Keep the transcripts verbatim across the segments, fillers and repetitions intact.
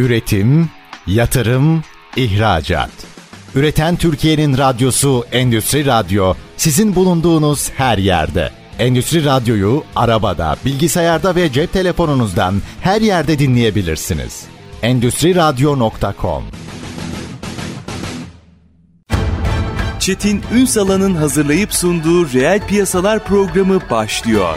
Üretim, yatırım, ihracat. Üreten Türkiye'nin radyosu Endüstri Radyo, sizin bulunduğunuz her yerde. Endüstri Radyo'yu arabada, bilgisayarda ve cep telefonunuzdan her yerde dinleyebilirsiniz. endüstri radyo nokta com. Çetin Ünsal'ın hazırlayıp sunduğu Reel Piyasalar programı başlıyor.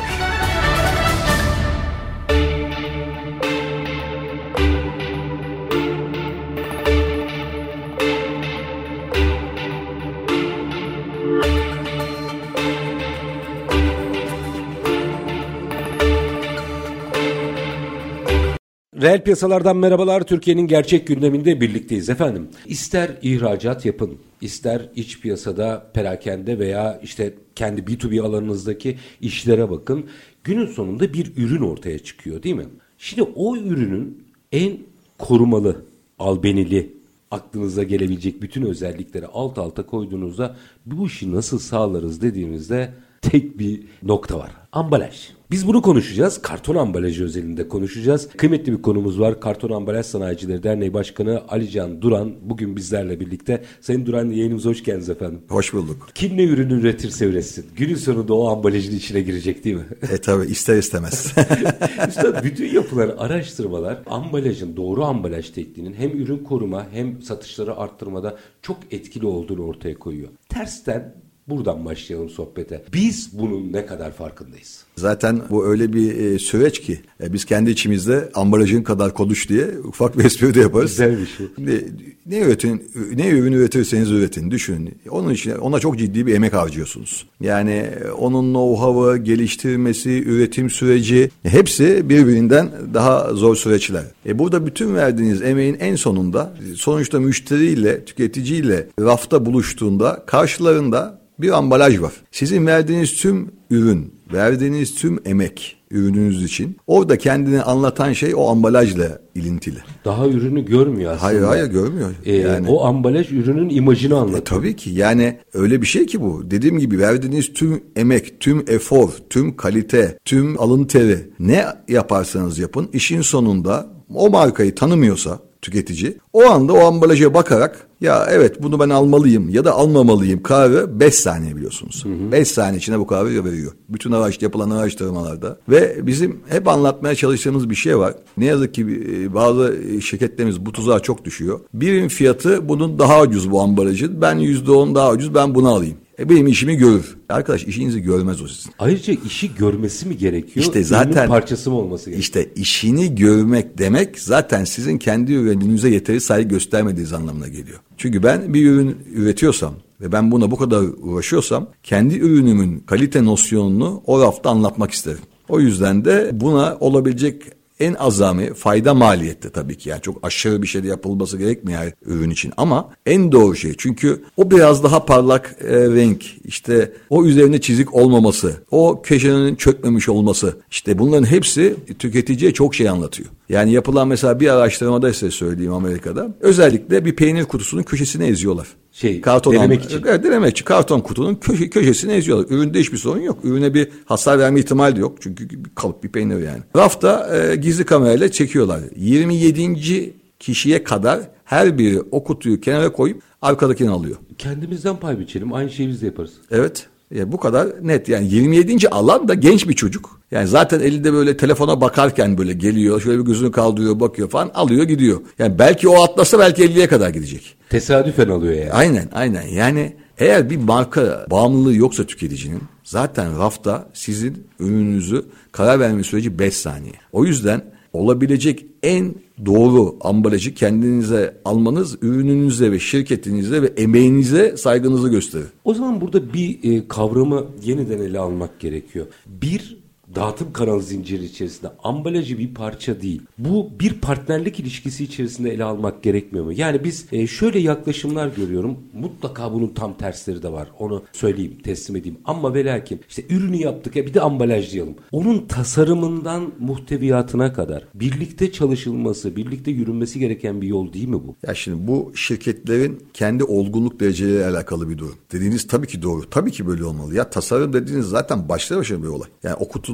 Reel piyasalardan merhabalar. Türkiye'nin gerçek gündeminde birlikteyiz efendim. İster ihracat yapın, ister iç piyasada, perakende veya işte kendi B iki B alanınızdaki işlere bakın. Günün sonunda bir ürün ortaya çıkıyor, değil mi? Şimdi o ürünün en korumalı, albenili, aklınıza gelebilecek bütün özellikleri alt alta koyduğunuzda bu işi nasıl sağlarız dediğimizde tek bir nokta var. Ambalaj. Biz bunu konuşacağız. Karton ambalajı özelinde konuşacağız. Kıymetli bir konumuz var. Karton Ambalaj Sanayicileri Derneği Başkanı Alican Duran bugün bizlerle birlikte. Sayın Duran, yayınımıza hoş geldiniz efendim. Hoş bulduk. Kim ne ürün üretirse üretsin, günün sonunda o ambalajın içine girecek, değil mi? E tabi, ister istemez. Üstad, bütün yapılan araştırmalar ambalajın, doğru ambalaj tekniğinin hem ürün koruma hem satışları arttırmada çok etkili olduğunu ortaya koyuyor. Tersten buradan başlayalım sohbete. Biz bunun ne kadar farkındayız? Zaten bu öyle bir e, süreç ki e, biz kendi içimizde ambalajın kadar konuş diye ufak bir espri de yaparız. Güzel bir şey. Şimdi, ne üretin, ne ürün üretirseniz üretin, düşünün. Onun için ona çok ciddi bir emek harcıyorsunuz. Yani onun know-how'ı, geliştirmesi, üretim süreci hepsi birbirinden daha zor süreçler. E, burada bütün verdiğiniz emeğin en sonunda sonuçta müşteriyle, tüketiciyle rafta buluştuğunda karşılarında bir ambalaj var. Sizin verdiğiniz tüm ürün, verdiğiniz tüm emek ürününüz için orada kendini anlatan şey o ambalajla ilintili. Daha ürünü görmüyor aslında. Hayır hayır görmüyor. Ee, yani, o ambalaj ürünün imajını anlatıyor. E, tabii ki yani öyle bir şey ki bu. Dediğim gibi verdiğiniz tüm emek, tüm efor, tüm kalite, tüm alın teri ne yaparsanız yapın işin sonunda o markayı tanımıyorsa tüketici o anda o ambalaja bakarak ya evet bunu ben almalıyım ya da almamalıyım kararı beş saniye biliyorsunuz. beş saniye içinde bu kararı veriyor. Bütün araç, yapılan araştırmalarda ve bizim hep anlatmaya çalıştığımız bir şey var. Ne yazık ki bazı şirketlerimiz bu tuzağa çok düşüyor. Birim fiyatı bunun daha ucuz bu ambalajın. Ben yüzde on daha ucuz, ben bunu alayım. E benim işimi görür. Arkadaş işinizi görmez o sizin. Ayrıca işi görmesi mi gerekiyor? İşte zaten ürünün parçası mı olması gerekiyor? İşte işini görmek demek zaten sizin kendi ürününüze yeteri saygı göstermediğiniz anlamına geliyor. Çünkü ben bir ürün üretiyorsam ve ben buna bu kadar uğraşıyorsam kendi ürünümün kalite nosyonunu o rafta anlatmak isterim. O yüzden de buna olabilecek en azami fayda maliyette tabii ki. Yani çok aşırı bir şey de yapılması gerekmiyor her ürün için ama en doğru şey. Çünkü o biraz daha parlak e, renk, işte o üzerine çizik olmaması, o köşenin çökmemiş olması, işte bunların hepsi tüketiciye çok şey anlatıyor. Yani yapılan mesela bir araştırmada size söyleyeyim Amerika'da. Özellikle bir peynir kutusunun köşesine eziyorlar. Şey, karton denemek al- için. Evet, denemek için karton kutunun köşe, köşesine eziyorlar. Üründe hiçbir sorun yok. Ürüne bir hasar verme ihtimali de yok. Çünkü bir kalıp bir peynir yani. Rafta e, gizli kamerayla çekiyorlar. yirmi yedinci kişiye kadar her biri o kutuyu kenara koyup arkadakini alıyor. Kendimizden pay biçelim. Aynı şeyi biz de yaparız. Evet. Ya bu kadar net. Yani yirmi yedinci alan da genç bir çocuk. Yani zaten elinde böyle telefona bakarken böyle geliyor. Şöyle bir gözünü kaldırıyor, bakıyor falan, alıyor gidiyor. Yani belki o atlasa belki elliye kadar gidecek. Tesadüfen alıyor yani. Aynen aynen. Yani eğer bir marka bağımlılığı yoksa tüketicinin zaten rafta sizin ürününüzü karar verme süreci beş saniye. O yüzden olabilecek en doğru ambalajı kendinize almanız ürününüze ve şirketinize ve emeğinize saygınızı gösterir. O zaman burada bir e, kavramı yeniden ele almak gerekiyor. Bir dağıtım kanalı zinciri içerisinde ambalajı bir parça değil. Bu bir partnerlik ilişkisi içerisinde ele almak gerekmiyor mu? Yani biz e, şöyle yaklaşımlar görüyorum. Mutlaka bunun tam tersleri de var. Onu söyleyeyim, teslim edeyim. Ama ve lakin işte ürünü yaptık ya bir de ambalajlayalım. Onun tasarımından muhteviyatına kadar birlikte çalışılması, birlikte yürünmesi gereken bir yol değil mi bu? Ya şimdi bu şirketlerin kendi olgunluk dereceleriyle alakalı bir durum. Dediğiniz tabii ki doğru. Tabii ki böyle olmalı. Ya tasarım dediğiniz zaten başlı başına bir olay. Yani o kutunun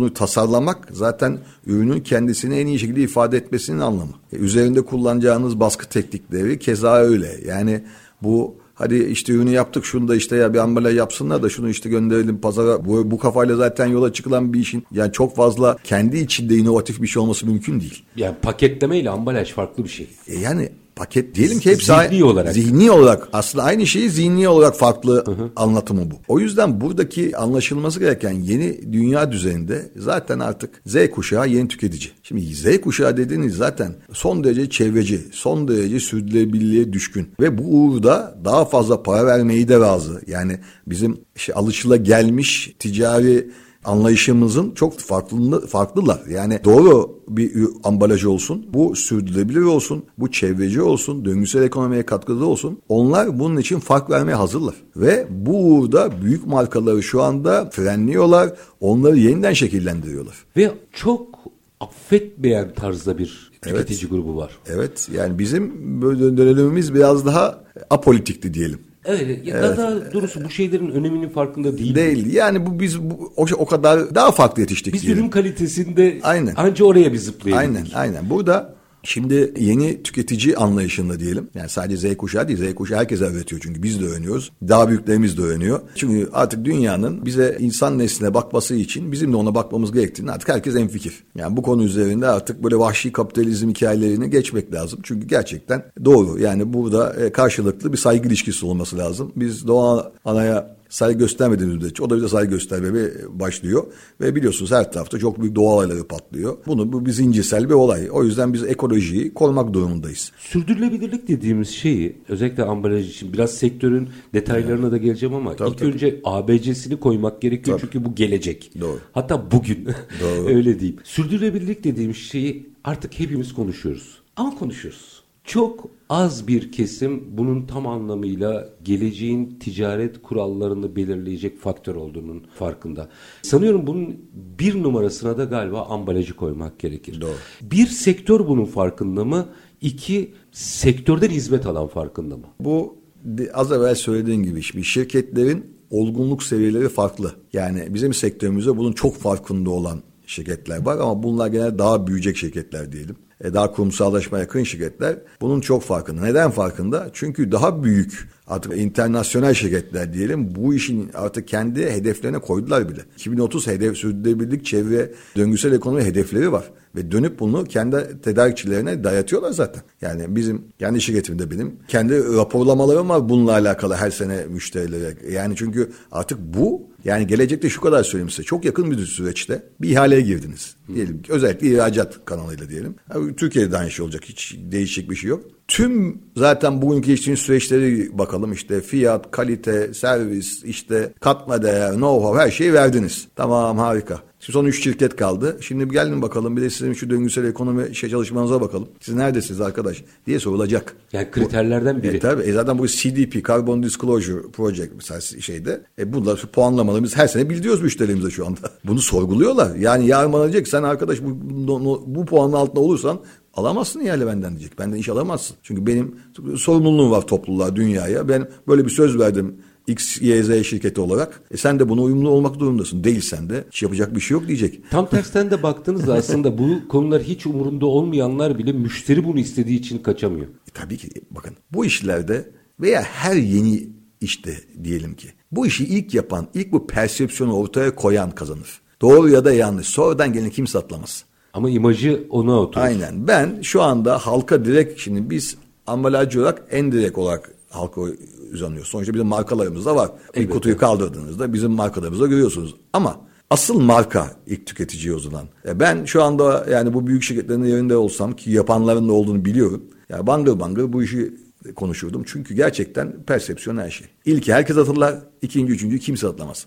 ürünü tasarlamak zaten ürünün kendisini en iyi şekilde ifade etmesinin anlamı. E, üzerinde kullanacağınız baskı teknikleri keza öyle. Yani bu hadi işte ürünü yaptık, şunu da işte ya bir ambalaj yapsınlar da şunu işte gönderelim pazara. Bu, bu kafayla zaten yola çıkılan bir işin yani çok fazla kendi içinde inovatif bir şey olması mümkün değil. Yani paketleme ile ambalaj farklı bir şey. E yani paket diyelim ki hepsi zihni aynı, olarak. Zihni olarak aslında aynı şeyi zihni olarak farklı hı hı. anlatımı bu. O yüzden buradaki anlaşılması gereken yeni dünya düzeninde zaten artık Z kuşağı yeni tüketici. Şimdi Z kuşağı dediğiniz zaten son derece çevreci, son derece sürdürülebilirliğe düşkün ve bu uğurda daha fazla para vermeyi de razı. Yani bizim işte alışılagelmiş ticari anlayışımızın çok farklı farklılar. Yani doğru bir ambalaj olsun, bu sürdürülebilir olsun, bu çevreci olsun, döngüsel ekonomiye katkıda olsun. Onlar bunun için fark vermeye hazırlar. Ve bu uğurda büyük markaları şu anda frenliyorlar, onları yeniden şekillendiriyorlar. Ve çok affetmeyen tarzda bir tüketici evet. grubu var. Evet, yani bizim böyle dönemimiz biraz daha apolitikti diyelim. Evet, ya evet. Daha doğrusu bu şeylerin öneminin farkında değil. Değil. Mi? Yani bu biz bu, o, o kadar daha farklı yetiştik. Biz diyelim. ürün kalitesinde aynen. Anca oraya bir zıplayabiliriz. Aynen, aynen. Burada şimdi yeni tüketici anlayışında diyelim. Yani sadece Z kuşağı değil. Z kuşağı herkes öğretiyor çünkü biz de öğreniyoruz. Daha büyüklerimiz de öğreniyor. Çünkü artık dünyanın bize insan nesline bakması için bizim de ona bakmamız gerektiğini artık herkes hemfikir. Yani bu konu üzerinde artık böyle vahşi kapitalizm hikayelerini geçmek lazım. Çünkü gerçekten doğru. Yani burada karşılıklı bir saygı ilişkisi olması lazım. Biz doğa anaya saygı göstermediğimiz müddetçe o da bize saygı göstermeye başlıyor. Ve biliyorsunuz her tarafta çok büyük doğa olayları patlıyor. Bunu bu bir zincirsel bir olay. O yüzden biz ekolojiyi korumak durumundayız. Sürdürülebilirlik dediğimiz şeyi özellikle ambalaj için biraz sektörün detaylarına evet. da geleceğim ama tabii, ilk tabii. önce A B C'sini koymak gerekiyor tabii. çünkü bu gelecek. Doğru. Hatta bugün Doğru. öyle diyeyim. Sürdürülebilirlik dediğimiz şeyi artık hepimiz konuşuyoruz. Ama konuşuyoruz. Çok az bir kesim bunun tam anlamıyla geleceğin ticaret kurallarını belirleyecek faktör olduğunun farkında. Sanıyorum bunun bir numarasına da galiba ambalajı koymak gerekir. Doğru. Bir sektör bunun farkında mı? İki, sektörden hizmet alan farkında mı? Bu az evvel söylediğin gibi bir şirketlerin olgunluk seviyeleri farklı. Yani bizim sektörümüzde bunun çok farkında olan şirketler var ama bunlar genelde daha büyüyecek şirketler diyelim. Daha kurumsallaşmaya yakın şirketler bunun çok farkında. Neden farkında? Çünkü daha büyük artık internasyonel şirketler diyelim bu işin artık kendi hedeflerine koydular bile. iki bin otuz hedef sürdürülebilirlik çevre döngüsel ekonomi hedefleri var. Ve dönüp bunu kendi tedarikçilerine dayatıyorlar zaten. Yani bizim kendi şirketimde benim kendi raporlamalarım var bununla alakalı her sene müşterilere. Yani çünkü artık bu yani gelecekte şu kadar söyleyeyim size çok yakın bir süreçte bir ihaleye girdiniz. Diyelim ki özellikle ihracat kanalıyla diyelim. Türkiye'de aynı şey olacak hiç değişecek bir şey yok. Tüm zaten bugünkü geçtiğimiz süreçleri bakalım işte fiyat, kalite, servis, işte katma değer, know-how her şeyi verdiniz. Tamam harika. Şimdi son üç şirket kaldı. Şimdi gelin bakalım bir de sizin şu döngüsel ekonomi şey çalışmanıza bakalım. Siz neredesiniz arkadaş diye sorulacak. Yani kriterlerden biri. E, tabii e, zaten bu C D P, Carbon Disclosure Project mesela şeyde. E, bunlar şu puanlamalarımız her sene bildiriyoruz müşterilerimize şu anda. Bunu sorguluyorlar. Yani yarın bana diyecek sen arkadaş bu, bu, bu puanın altında olursan alamazsın ihale benden diyecek. Benden iş alamazsın. Çünkü benim sorumluluğum var topluluğa, dünyaya. Ben böyle bir söz verdim X, Y, Z şirketi olarak. E sen de buna uyumlu olmak durumundasın. Değilsen de hiç yapacak bir şey yok diyecek. Tam tersten de baktığınızda aslında bu konular hiç umurunda olmayanlar bile müşteri bunu istediği için kaçamıyor. E tabii ki bakın bu işlerde veya her yeni işte diyelim ki bu işi ilk yapan, ilk bu persepsiyonu ortaya koyan kazanır. Doğru ya da yanlış. Sonradan geleni kimse atlamaz. Ama imajı ona oturur. Aynen. Ben şu anda halka direkt şimdi biz ambalajcı olarak en direkt olarak halka uzanıyoruz. Sonuçta bizim markalarımız da var. Evet, bir kutuyu evet. kaldırdığınızda bizim markalarımızı da görüyorsunuz. Ama asıl marka ilk tüketiciye uzanan. Ben şu anda yani bu büyük şirketlerin yerinde olsam ki yapanların da olduğunu biliyorum. Yani bangır bangır bu işi konuşurdum. Çünkü gerçekten persepsiyon her şey. İlki herkes atırlar, ikinci, üçüncü kimse atlamaz.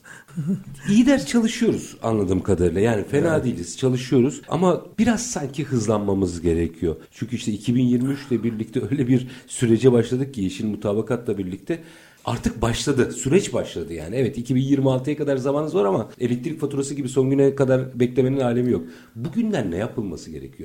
İyi ders çalışıyoruz anladığım kadarıyla. Yani fena evet. değiliz, çalışıyoruz. Ama biraz sanki hızlanmamız gerekiyor. Çünkü işte iki bin yirmi üç ile birlikte öyle bir sürece başladık ki işin mutabakatla birlikte artık başladı. Süreç başladı yani. Evet iki bin yirmi altıya kadar zamanınız var ama elektrik faturası gibi son güne kadar beklemenin alemi yok. Bugünden ne yapılması gerekiyor?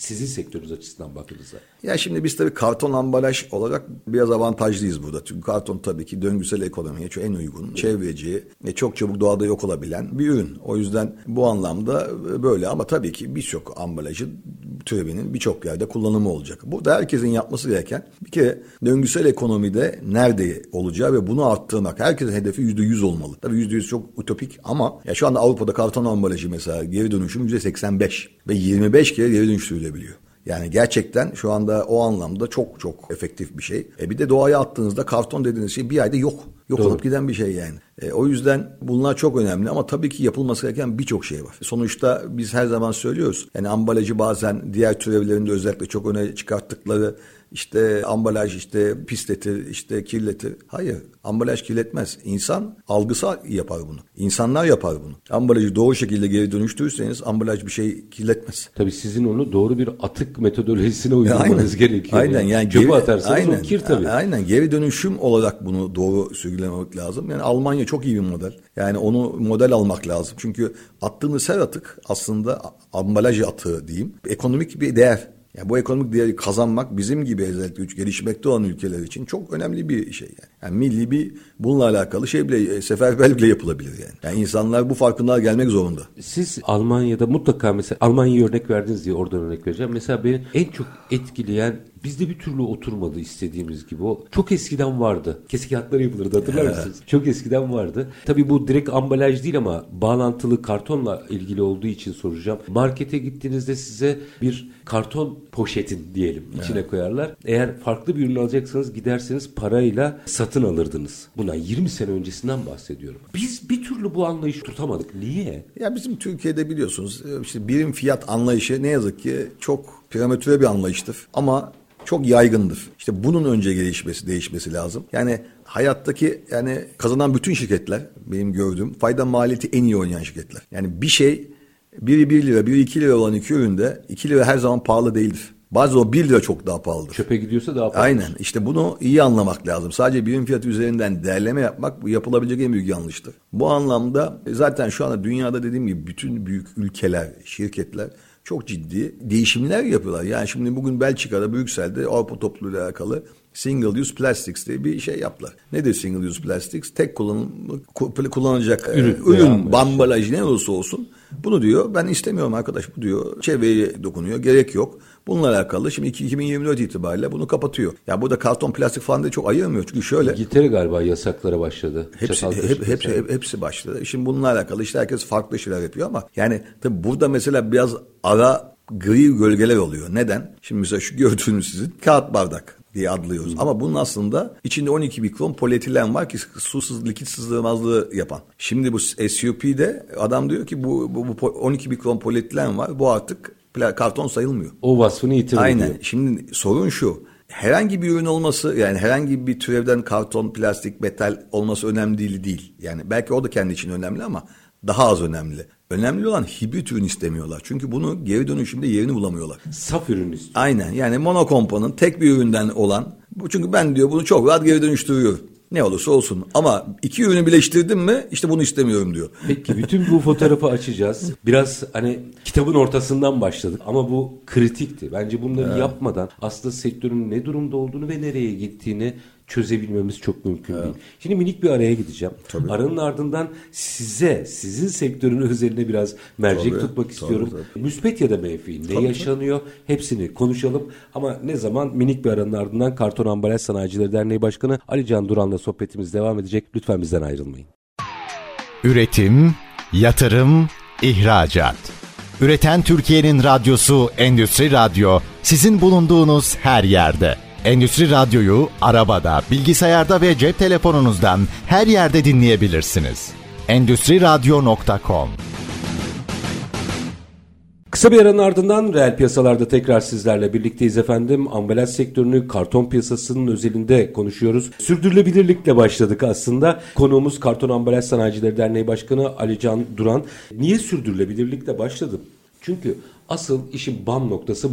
sizin sektörünüz açısından baktığınızda? Ya şimdi biz tabii karton ambalaj olarak biraz avantajlıyız burada. Çünkü karton tabii ki döngüsel ekonomiye çok en uygun, evet. çevreci, çok çabuk doğada yok olabilen bir ürün. O yüzden bu anlamda böyle ama tabii ki birçok ambalajın türevinin birçok yerde kullanımı olacak. Burada herkesin yapması gereken bir kere döngüsel ekonomide nerede olacağı ve bunu arttırmak. Herkesin hedefi yüzde yüz olmalı. Tabii yüzde yüz çok ütopik ama ya şu anda Avrupa'da karton ambalajı mesela geri dönüşüm yüzde seksen beş ve yirmi beş kere geri dönüştürülebiliyor. Yani gerçekten şu anda o anlamda çok çok efektif bir şey. E bir de doğaya attığınızda karton dediğiniz şey bir ayda yok. Yok Doğru. olup giden bir şey yani. E, o yüzden bunlar çok önemli ama tabii ki yapılması gereken birçok şey var. Sonuçta biz her zaman söylüyoruz. Yani ambalajı bazen diğer türevlerinde özellikle çok öne çıkarttıkları işte ambalaj işte pisletir, işte kirletir. Hayır, ambalaj kirletmez. İnsan algısı yapar bunu. İnsanlar yapar bunu. Ambalajı doğru şekilde geri dönüştürürseniz ambalaj bir şey kirletmez. Tabii sizin onu doğru bir atık metodolojisine uygulamanız gerekiyor. Aynen. Yani, yani çöpe geri, atarsanız aynen, o kir tabii. Aynen. Geri dönüşüm olarak bunu doğru sürgülemek lazım. Yani Almanya çok iyi bir model. Yani onu model almak lazım. Çünkü attığınız her atık aslında ambalaj atığı diyeyim. Ekonomik bir değer. Yani bu ekonomik değeri kazanmak bizim gibi özellikle gelişmekte olan ülkeler için çok önemli bir şey yani. Yani milli bir bununla alakalı şey bile seferberlik bile yapılabilir yani. Yani insanlar bu farkındalığa gelmek zorunda. Siz Almanya'da mutlaka mesela Almanya'ya örnek verdiniz diye oradan örnek vereceğim. Mesela beni en çok etkileyen bizde bir türlü oturmadı istediğimiz gibi. O çok eskiden vardı. Kesik kağıtları yapılırdı hatırlar mısınız? Çok eskiden vardı. Tabii bu direkt ambalaj değil ama bağlantılı kartonla ilgili olduğu için soracağım. Markete gittiğinizde size bir karton poşetin diyelim içine evet. koyarlar. Eğer farklı bir ürün alacaksanız giderseniz parayla satın alırdınız. Bundan yirmi sene öncesinden bahsediyorum. Biz bir türlü bu anlayışı tutamadık. Niye? Ya bizim Türkiye'de biliyorsunuz işte birim fiyat anlayışı ne yazık ki çok piramide bir anlayıştır. Ama çok yaygındır. İşte bunun önce gelişmesi, değişmesi lazım. Yani hayattaki yani kazanan bütün şirketler benim gördüğüm fayda maliyeti en iyi oynayan şirketler. Yani bir şey biri bir lira, biri iki lira olan iki üründe iki lira her zaman pahalı değildir. Bazen o bir lira çok daha pahalıdır. Çöpe gidiyorsa daha pahalı. Aynen. İşte bunu iyi anlamak lazım. Sadece birim fiyatı üzerinden değerleme yapmak bu yapılabilecek en büyük yanlıştır. Bu anlamda zaten şu anda dünyada dediğim gibi bütün büyük ülkeler, şirketler çok ciddi değişimler yapıyorlar. Yani şimdi bugün Belçika'da, Brüksel'de Avrupa topluluğuyla alakalı Single Use Plastics diye bir şey yaptılar. Nedir Single Use Plastics? Tek kullanım, kullanılacak ürün, ürün ambalaj ne olursa olsun bunu diyor ben istemiyorum arkadaş bu diyor. Çevreye dokunuyor gerek yok. Bununla alakalı şimdi iki bin yirmi dört itibariyle bunu kapatıyor. Yani burada karton plastik falan da çok ayırmıyor. Çünkü şöyle. İngiltere galiba yasaklara başladı. Hepsi, hep, hepsi, hep, hepsi başladı. Şimdi bununla alakalı işte herkes farklı şeyler yapıyor ama yani tabii burada mesela biraz ara gri gölgeler oluyor. Neden? Şimdi mesela şu gördüğünüz sizin kağıt bardak diye adlıyoruz. Hı. Ama bunun aslında içinde on iki mikron polietilen var ki susuz likit sızdırmazlığı yapan. Şimdi bu S U P'de adam diyor ki bu, bu, bu on iki mikron polietilen var. Bu artık karton sayılmıyor. O vasfını yitirdi. Aynen. Diyor. Şimdi sorun şu. Herhangi bir ürün olması yani herhangi bir türevden karton, plastik, metal olması önemli değil değil. Yani belki o da kendi için önemli ama daha az önemli. Önemli olan hibrit ürün istemiyorlar. Çünkü bunu geri dönüşümde yerini bulamıyorlar. Saf ürün istiyor. Aynen. Yani monokomponent tek bir üründen olan bu çünkü ben diyor bunu çok rahat geri dönüştürüyorum. Ne olursa olsun. Ama iki ürünü birleştirdim mi işte bunu istemiyorum diyor. Peki bütün bu fotoğrafı açacağız. Biraz hani kitabın ortasından başladık. Ama bu kritikti. Bence bunları evet. yapmadan aslında sektörün ne durumda olduğunu ve nereye gittiğini çözebilmemiz çok mümkün evet. değil. Şimdi minik bir araya gideceğim. Tabii. Aranın ardından size, sizin sektörün özeline biraz mercek tabii, tutmak tabii, istiyorum. Tabii. Müspet ya da menfi ne tabii, yaşanıyor tabii. hepsini konuşalım. Ama ne zaman minik bir aranın ardından Karton Ambalaj Sanayicileri Derneği Başkanı Ali Can Duran'la sohbetimiz devam edecek. Lütfen bizden ayrılmayın. Üretim, yatırım, ihracat. Üreten Türkiye'nin radyosu Endüstri Radyo sizin bulunduğunuz her yerde. Endüstri Radyo'yu arabada, bilgisayarda ve cep telefonunuzdan her yerde dinleyebilirsiniz. endüstri radyo nokta com. Kısa bir aranın ardından reel piyasalarda tekrar sizlerle birlikteyiz efendim. Ambalaj sektörünü karton piyasasının özelinde konuşuyoruz. Sürdürülebilirlikle başladık aslında. Konuğumuz Karton Ambalaj Sanayicileri Derneği Başkanı Ali Can Duran. Niye sürdürülebilirlikle başladım? Çünkü asıl işin bam noktası burada.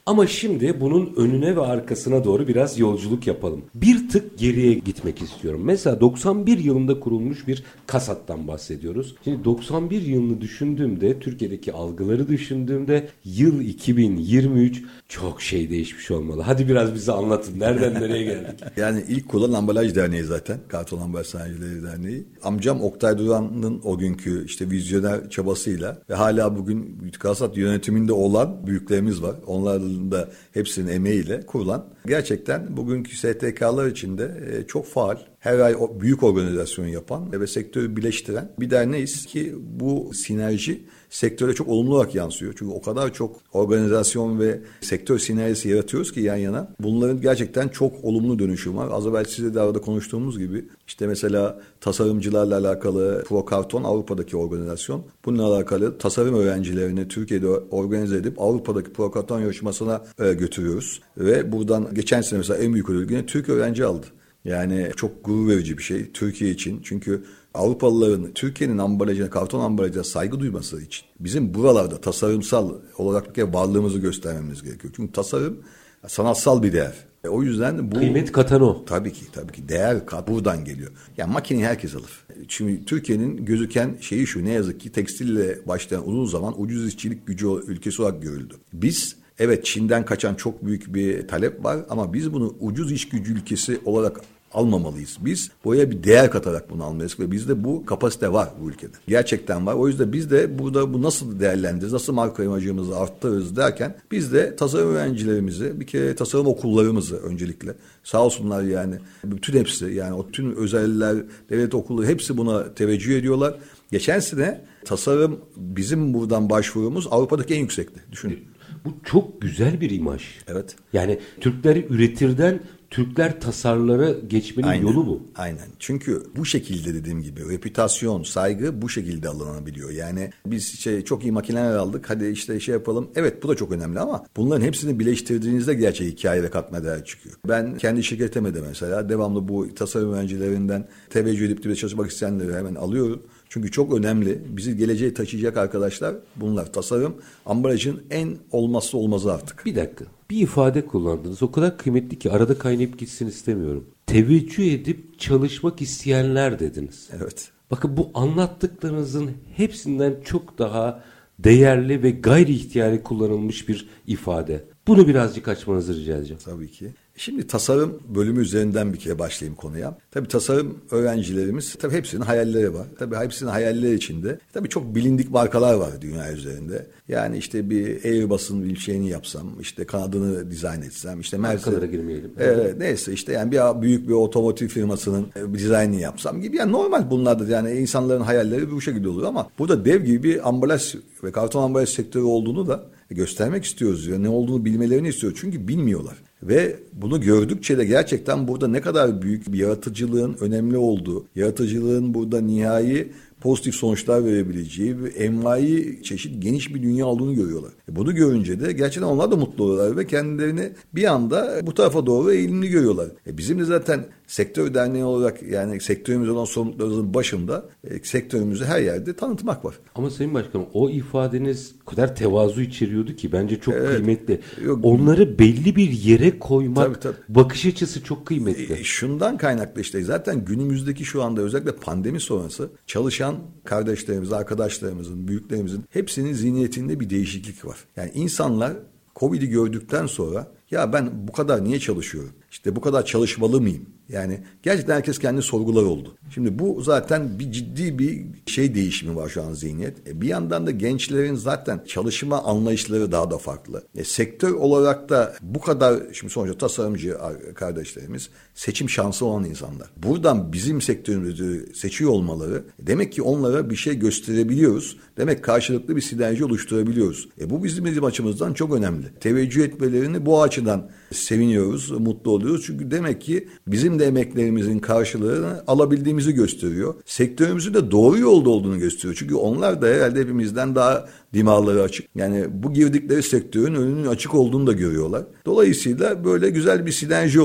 Ama şimdi bunun önüne ve arkasına doğru biraz yolculuk yapalım. Bir tık geriye gitmek istiyorum. Mesela doksan bir yılında kurulmuş bir KASAT'tan bahsediyoruz. Şimdi doksan bir yılını düşündüğümde, Türkiye'deki algıları düşündüğümde yıl iki bin yirmi üç çok şey değişmiş olmalı. Hadi biraz bize anlatın. Nereden nereye geldik? Yani ilk kurulan Ambalaj Derneği zaten. Karton Ambalaj Sanayicileri Derneği. Amcam Oktay Duran'ın o günkü işte vizyoner çabasıyla ve hala bugün KASAT yönetiminde olan büyüklerimiz var. Onların da hepsinin emeğiyle kurulan, gerçekten bugünkü S T K'lar içinde çok faal, her ay büyük organizasyon yapan ve sektörü birleştiren bir derneğiz ki bu sinerji sektöre çok olumlu olarak yansıyor. Çünkü o kadar çok organizasyon ve sektör sinerjisi yaratıyoruz ki yan yana. Bunların gerçekten çok olumlu dönüşüm var. Az evvel sizle de arada konuştuğumuz gibi işte mesela tasarımcılarla alakalı ProKarton Avrupa'daki organizasyon. Bununla alakalı tasarım öğrencilerini Türkiye'de organize edip Avrupa'daki ProKarton yarışmasına e, götürüyoruz. Ve buradan geçen sene mesela en büyük ödül Türk öğrenci aldı. Yani çok gurur verici bir şey Türkiye için. Çünkü Avrupalıların Türkiye'nin ambalajına, karton ambalajına saygı duyması için bizim buralarda tasarımsal olarak varlığımızı göstermemiz gerekiyor. Çünkü tasarım sanatsal bir değer. E o yüzden bu... Kıymet katan o. Tabii ki, tabii ki. Değer kat, buradan geliyor. Yani makineyi herkes alır. Çünkü Türkiye'nin gözüken şeyi şu, ne yazık ki tekstille başlayan uzun zaman ucuz işçilik gücü ülkesi olarak görüldü. Biz... Evet, Çin'den kaçan çok büyük bir talep var ama biz bunu ucuz iş gücü ülkesi olarak almamalıyız. Biz buraya bir değer katarak bunu almalıyız ve bizde bu kapasite var bu ülkede. Gerçekten var. O yüzden biz de burada bu nasıl değerlendiririz, nasıl marka imajımızı arttırırız derken biz de tasarım öğrencilerimizi, bir kere tasarım okullarımızı öncelikle sağ olsunlar yani bütün hepsi, yani o tüm özeller, devlet okulları hepsi buna teveccüh ediyorlar. Geçen sene tasarım bizim buradan başvurumuz Avrupa'daki en yüksekti. Düşünün. Bu çok güzel bir imaj. Evet. Yani Türkleri üretirden Türkler tasarlara geçmenin aynen, yolu bu. Aynen. Çünkü bu şekilde dediğim gibi reputasyon, saygı bu şekilde alınabiliyor. Yani biz şey, çok iyi makineler aldık. Hadi işte şey yapalım. Evet, bu da çok önemli ama bunların hepsini birleştirdiğinizde gerçek hikaye ve katma değer çıkıyor. Ben kendi şirketime de mesela devamlı bu tasarım öğrencilerinden teveccüh edip de çalışmak isteyenleri hemen alıyorum. Çünkü çok önemli. Bizi geleceğe taşıyacak arkadaşlar bunlar. Tasarım ambalajın en olmazsa olmazı artık. Bir dakika. Bir ifade kullandınız. O kadar kıymetli ki arada kaynayıp gitsin istemiyorum. Teveccüh edip çalışmak isteyenler dediniz. Evet. Bakın bu anlattıklarınızın hepsinden çok daha değerli ve gayri ihtiyari kullanılmış bir ifade. Bunu birazcık açmanızı rica edeceğim. Tabii ki. Şimdi tasarım bölümü üzerinden bir kere başlayayım konuya. Tabii tasarım öğrencilerimiz, tabii hepsinin hayalleri var. Tabii hepsinin hayalleri içinde. Tabii çok bilindik markalar var dünya üzerinde. Yani işte bir Airbus'un bir şeyini yapsam, işte kanadını dizayn etsem, işte Mercedes. Markalara girmeyelim. Evet, neyse işte yani bir büyük bir otomotiv firmasının bir dizaynını yapsam gibi. Yani normal bunlar da, yani insanların hayalleri bu şekilde oluyor ama burada dev gibi bir ambalaj ve karton ambalaj sektörü olduğunu da göstermek istiyoruz. Ya ne olduğunu bilmelerini istiyoruz. Çünkü bilmiyorlar. Ve bunu gördükçe de gerçekten burada ne kadar büyük bir yaratıcılığın önemli olduğu, yaratıcılığın burada nihai pozitif sonuçlar verebileceği ve envai çeşit geniş bir dünya olduğunu görüyorlar. Bunu görünce de gerçekten onlar da mutlu oluyorlar ve kendilerini bir anda bu tarafa doğru eğilimli görüyorlar. E bizim de zaten sektör derneği olarak, yani sektörümüz olan sorumluluklarımızın başında e, sektörümüzü her yerde tanıtmak var. Ama Sayın Başkanım, o ifadeniz o kadar tevazu içeriyordu ki bence çok evet. kıymetli. Yok. Onları belli bir yere koymak, tabii, tabii. bakış açısı çok kıymetli. E, şundan kaynaklı işte zaten günümüzdeki şu anda özellikle pandemi sonrası çalışan kardeşlerimiz, arkadaşlarımızın, büyüklerimizin hepsinin zihniyetinde bir değişiklik var. Yani insanlar Covid'i gördükten sonra ya ben bu kadar niye çalışıyorum? İşte bu kadar çalışmalı mıyım? Yani gerçekten herkes kendini sorgular oldu. Şimdi bu zaten bir ciddi bir şey değişimi var şu an zihniyet. E bir yandan da gençlerin zaten çalışma anlayışları daha da farklı. E sektör olarak da bu kadar, şimdi sonuçta tasarımcı kardeşlerimiz seçim şansı olan insanlar. Buradan bizim sektörümüzü seçiyor olmaları demek ki onlara bir şey gösterebiliyoruz. Demek karşılıklı bir sinerji oluşturabiliyoruz. E bu bizim bizim açımızdan çok önemli. Teveccüh etmelerini bu açıdan seviniyoruz, mutlu oluyoruz. Çünkü demek ki bizim de emeklerimizin karşılığını alabildiğimizi gösteriyor. Sektörümüzün de doğru yolda olduğunu gösteriyor. Çünkü onlar da herhalde hepimizden daha dimağları açık. Yani bu girdikleri sektörün önünün açık olduğunu da görüyorlar. Dolayısıyla böyle güzel bir sinerji oluyor.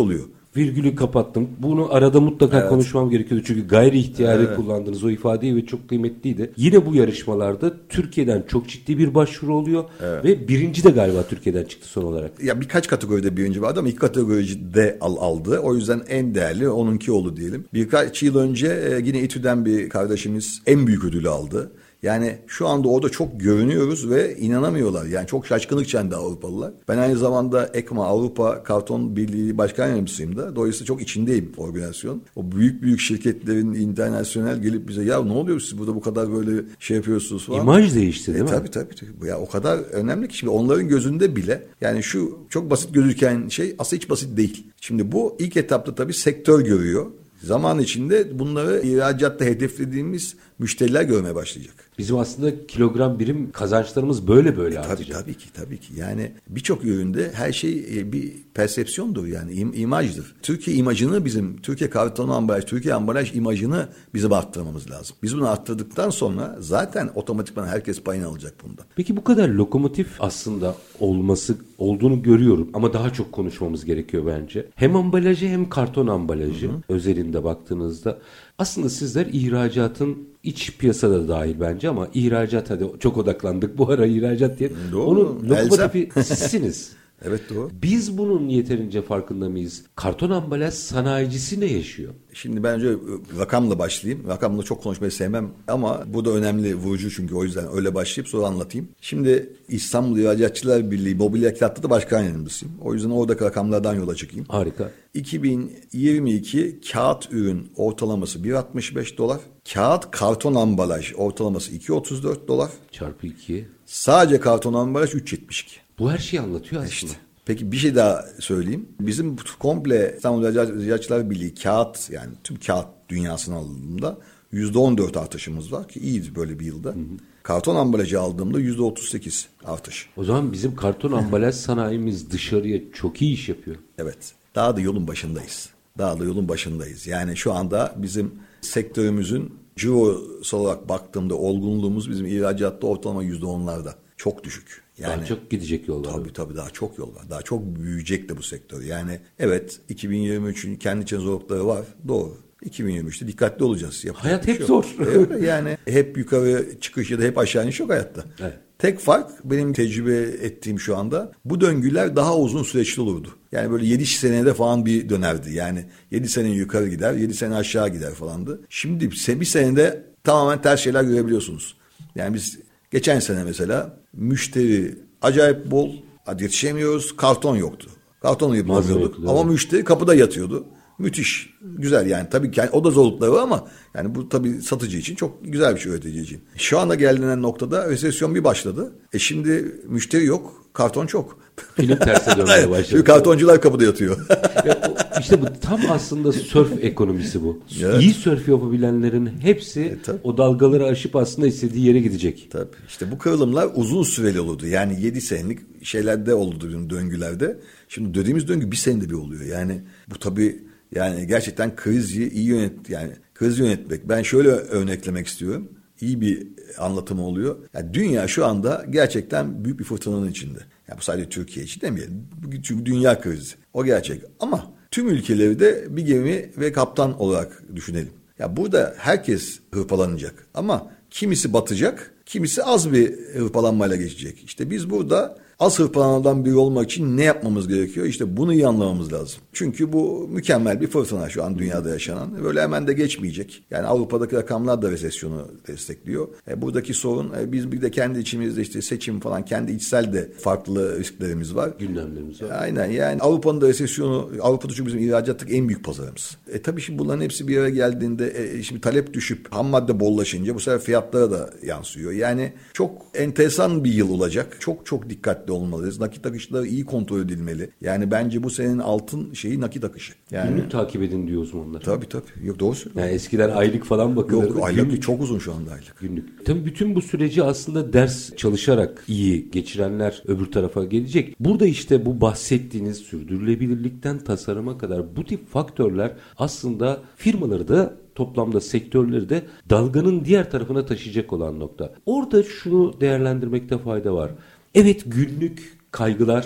Virgülü kapattım. Bunu arada mutlaka Evet. konuşmam gerekiyordu. Çünkü gayri ihtiyari Evet. kullandığınız o ifadeyi ve çok kıymetliydi. Yine bu yarışmalarda Türkiye'den çok ciddi bir başvuru oluyor. Evet. Ve birinci de galiba Türkiye'den çıktı son olarak. Ya birkaç kategoride birinci vardı ama iki kategoride al, aldı. O yüzden en değerli onunki oldu diyelim. Birkaç yıl önce e, yine İTÜ'den bir kardeşimiz en büyük ödülü aldı. Yani şu anda orada çok görünüyoruz ve inanamıyorlar. Yani çok şaşkınlık içinde Avrupalılar. Ben aynı zamanda EKMA Avrupa Karton Birliği Başkan Yardımcısıyım da. Dolayısıyla çok içindeyim organizasyon. O büyük büyük şirketlerin internasyonel gelip bize ya ne oluyor siz burada bu kadar böyle şey yapıyorsunuz falan. İmaj değişti değil e, mi? Tabii tabii. tabii. Ya o kadar önemli ki şimdi onların gözünde bile yani şu çok basit gözüken şey aslında hiç basit değil. Şimdi bu ilk etapta tabii sektör görüyor. Zaman içinde bunları ihracatta hedeflediğimiz müşteriler görmeye başlayacak. Bizim aslında kilogram birim kazançlarımız böyle böyle E, artacak. tabii tabii ki tabii ki. Yani birçok üründe her şey e, bir persepsiyondur yani im, imajdır. Türkiye imajını bizim Türkiye karton ambalaj, Türkiye ambalaj imajını bizim arttırmamız lazım. Biz bunu arttırdıktan sonra zaten otomatikman herkes payını alacak bundan. Peki bu kadar lokomotif aslında olması olduğunu görüyorum ama daha çok konuşmamız gerekiyor bence. Hem ambalajı hem karton ambalajı hı hı. özelinde baktığınızda aslında sizler ihracatın iç piyasada da dahil bence ama ihracat hadi çok odaklandık bu ara ihracat diye. Doğru. Onun lokomotifi sizsiniz. Evet doğru. Biz bunun yeterince farkında mıyız? Karton ambalaj sanayicisi ne yaşıyor? Şimdi ben önce rakamla başlayayım. Rakamla çok konuşmayı sevmem ama bu da önemli vurucu çünkü o yüzden öyle başlayıp sonra anlatayım. Şimdi İstanbul İhracatçılar Birliği Mobilya Kağıt'ta da başkan yardımcısıyım. O yüzden oradaki rakamlardan yola çıkayım. Harika. iki bin yirmi iki kağıt ürün ortalaması bir virgül altmış beş dolar. Kağıt karton ambalaj ortalaması iki virgül otuz dört dolar. Çarpı iki. Sadece karton ambalaj üç virgül yetmiş iki. Bu her şeyi anlatıyor aslında. İşte. Peki bir şey daha söyleyeyim. Bizim komple İstanbul İhracatçılar Birliği kağıt yani tüm kağıt dünyasını aldığımda yüzde on dört artışımız var ki iyiydi böyle bir yılda. Hı hı. Karton ambalajı aldığımda yüzde otuz sekiz artış. O zaman bizim karton ambalaj sanayimiz dışarıya çok iyi iş yapıyor. Evet. Daha da yolun başındayız. Daha da yolun başındayız. Yani şu anda bizim sektörümüzün cirosal olarak baktığımda olgunluğumuz bizim ihracatta ortalama yüzde onlarda. Çok düşük. Yani, daha çok gidecek yol var. Tabii tabii daha çok yol var. Daha çok büyüyecek de bu sektör. Yani evet iki bin yirmi üçün kendi içinde zorlukları var. Doğru. iki bin yirmi üçte dikkatli olacağız. Yapacak Hayat hep şey zor. Evet, yani hep yukarı çıkış ya da hep aşağı iniş yok hayatta. Evet. Tek fark benim tecrübe ettiğim şu anda bu döngüler daha uzun süreçli olurdu. Yani böyle yedi senede falan bir dönerdi. Yani yedi sene yukarı gider, yedi sene aşağı gider falandı. Şimdi bir senede tamamen ters şeyler görebiliyorsunuz. Yani biz geçen sene mesela müşteri acayip bol, yetişemiyoruz, karton yoktu. Karton yapamıyorduk ama müşteri kapıda yatıyordu. Müthiş, güzel yani tabii ki o da zorlukları var ama yani bu tabii satıcı için çok güzel bir şey, üretici için. Şu anda gelinen noktada resesyon bir başladı. E şimdi müşteri yok, karton çok. Film terse dönmeye başladı. Şimdi kartoncular kapıda yatıyor. İşte bu tam aslında sörf ekonomisi bu. Evet. İyi sörf yapabilenlerin hepsi e, o dalgaları aşıp aslında istediği yere gidecek. Tabii. İşte bu kırılımlar uzun süreli olurdu. Yani yedi senelik şeylerde olurdu döngülerde. Şimdi dediğimiz döngü bir senede bir oluyor. Yani bu tabii yani gerçekten krizi iyi yönet yani krizi yönetmek. Ben şöyle örneklemek istiyorum. İyi bir anlatımı oluyor. Yani dünya şu anda gerçekten büyük bir fırtınanın içinde. Ya bu sadece Türkiye için demeyelim. Çünkü dünya krizi. O gerçek. Ama tüm ülkeleri de bir gemi ve kaptan olarak düşünelim. Ya burada herkes hırpalanacak. Ama kimisi batacak, kimisi az bir hırpalanmayla geçecek. İşte biz burada az hırpalanan biri olmak için ne yapmamız gerekiyor? İşte bunu iyi anlamamız lazım. Çünkü bu mükemmel bir fırtına şu an dünyada yaşanan. Böyle hemen de geçmeyecek. Yani Avrupa'daki rakamlar da resesyonu destekliyor. E, buradaki sorun e, biz bir de kendi içimizde işte seçim falan kendi içsel de farklı risklerimiz var. Gündemlerimiz var. Aynen yani Avrupa'nın da resesyonu, Avrupa'da çünkü bizim ihracatlık en büyük pazarımız. E tabii şimdi bunların hepsi bir araya geldiğinde e, şimdi talep düşüp ham madde bollaşınca bu sefer fiyatlara da yansıyor. Yani çok enteresan bir yıl olacak. Çok çok dikkatli olmalıyız. Nakit akışları iyi kontrol edilmeli. Yani bence bu senenin altın şeyi nakit akışı. Yani günlük takip edin diyor uzmanlar. Tabii tabii. Yok doğru söylüyorsun. Yani eskiden aylık falan bakılırdı. Yok aylık günlük. Çok uzun şu anda aylık. Günlük. Tabii bütün bu süreci aslında ders çalışarak iyi geçirenler öbür tarafa gelecek. Burada işte bu bahsettiğiniz sürdürülebilirlikten tasarıma kadar bu tip faktörler aslında firmaları da toplamda sektörleri de dalganın diğer tarafına taşıyacak olan nokta. Orada şunu değerlendirmekte fayda var. Evet günlük kaygılar